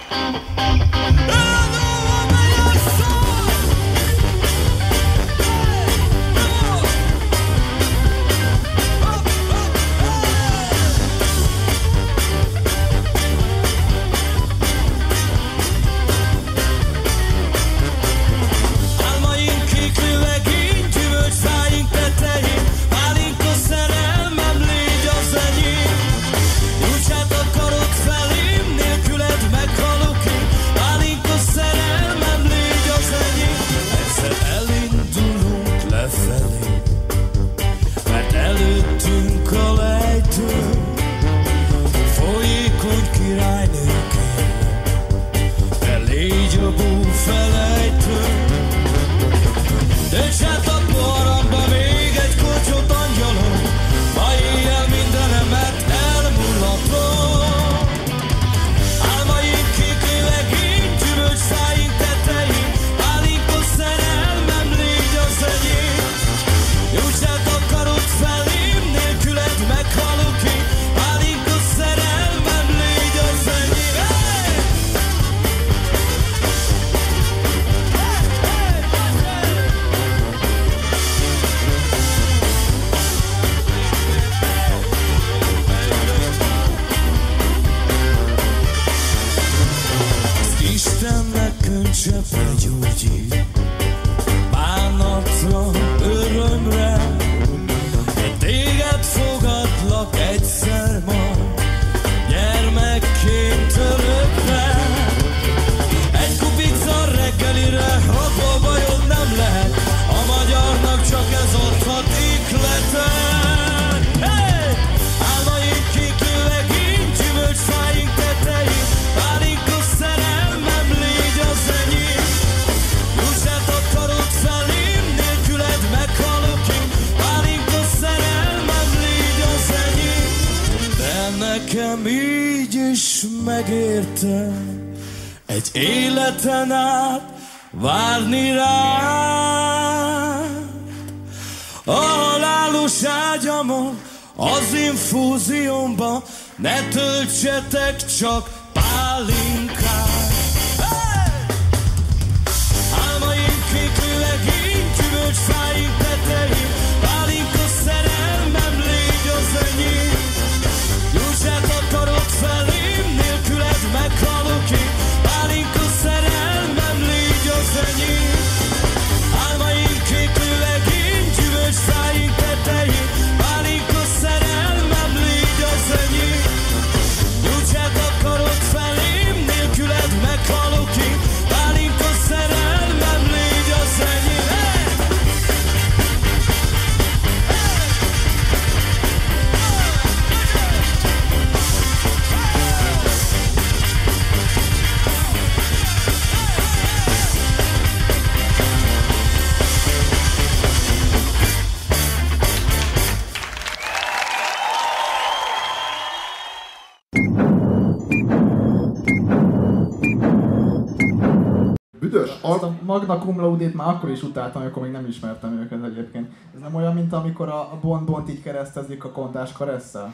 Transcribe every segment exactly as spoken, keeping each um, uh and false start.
Nekem így is megérte egy életen át várni rád. A halálos ágyamon, az infúziómban ne töltsetek csak pálinkát. Hey! Álmaim kék legény, gyümölcsfáink tetején, pálinka szerelmem, légy az enyém. Jusát akarod felém, nélküled meghalok én, pálinka szerelmem, légy az enyém. Álmaim kék legény, gyümölcsfáink tetején, pálinka szerelmem, légy az enyém. Jusát akarod felém, nélküled meghalok én, pálinka szerelmem, légy az enyém. Hey! Büdös, Azt a Magna Cum Laude-t már akkor is utáltam, amikor még nem ismertem őket egyébként. Ez nem olyan, mint amikor a Bond-Bont így keresztezik a Kontás Karesszel?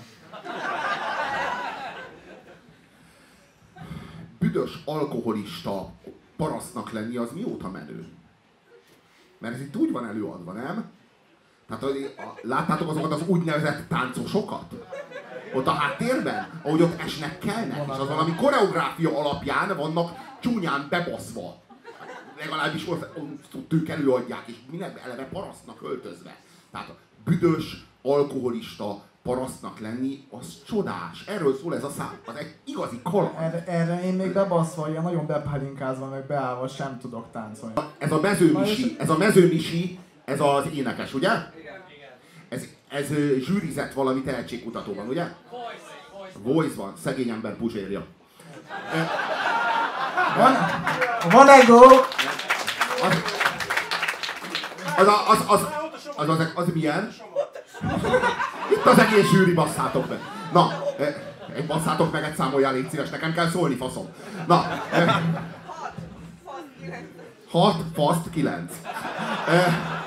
büdös alkoholista parasztnak lenni, az mióta menő? Mert ez itt úgy van előadva, nem? Tehát a, a, láttátok azokat az úgynevezett táncosokat? Ott a háttérben, ahogy ott esnek, kelnek, és az valami koreográfia alapján vannak csúnyán bebaszva. Legalábbis ott ők előadják, és minden eleve parasztnak öltözve. Tehát a büdös, alkoholista parasztnak lenni, az csodás. Erről szól ez a szám, az egy igazi kaland. Erre, erre én még bebaszva, ilyen nagyon bepálinkázva, meg beállva sem tudok táncolni. Ez a mezőmisi, ez a mezőmisi, ez az énekes, ugye? Igen, igen. Ez, ez zsűrizett valami tehetségkutatóban, ugye? Voice, Voice. Voice van, szegény ember puzsérja. Van, van ego! Az, az, az, az, az, az, az milyen? Itt az egész zsűri, basszátok meg. Na, egy basszátok meg, egy számoljál, légy szíves, nekem kell szólni, faszom. Na, hat, faszt, kilenc.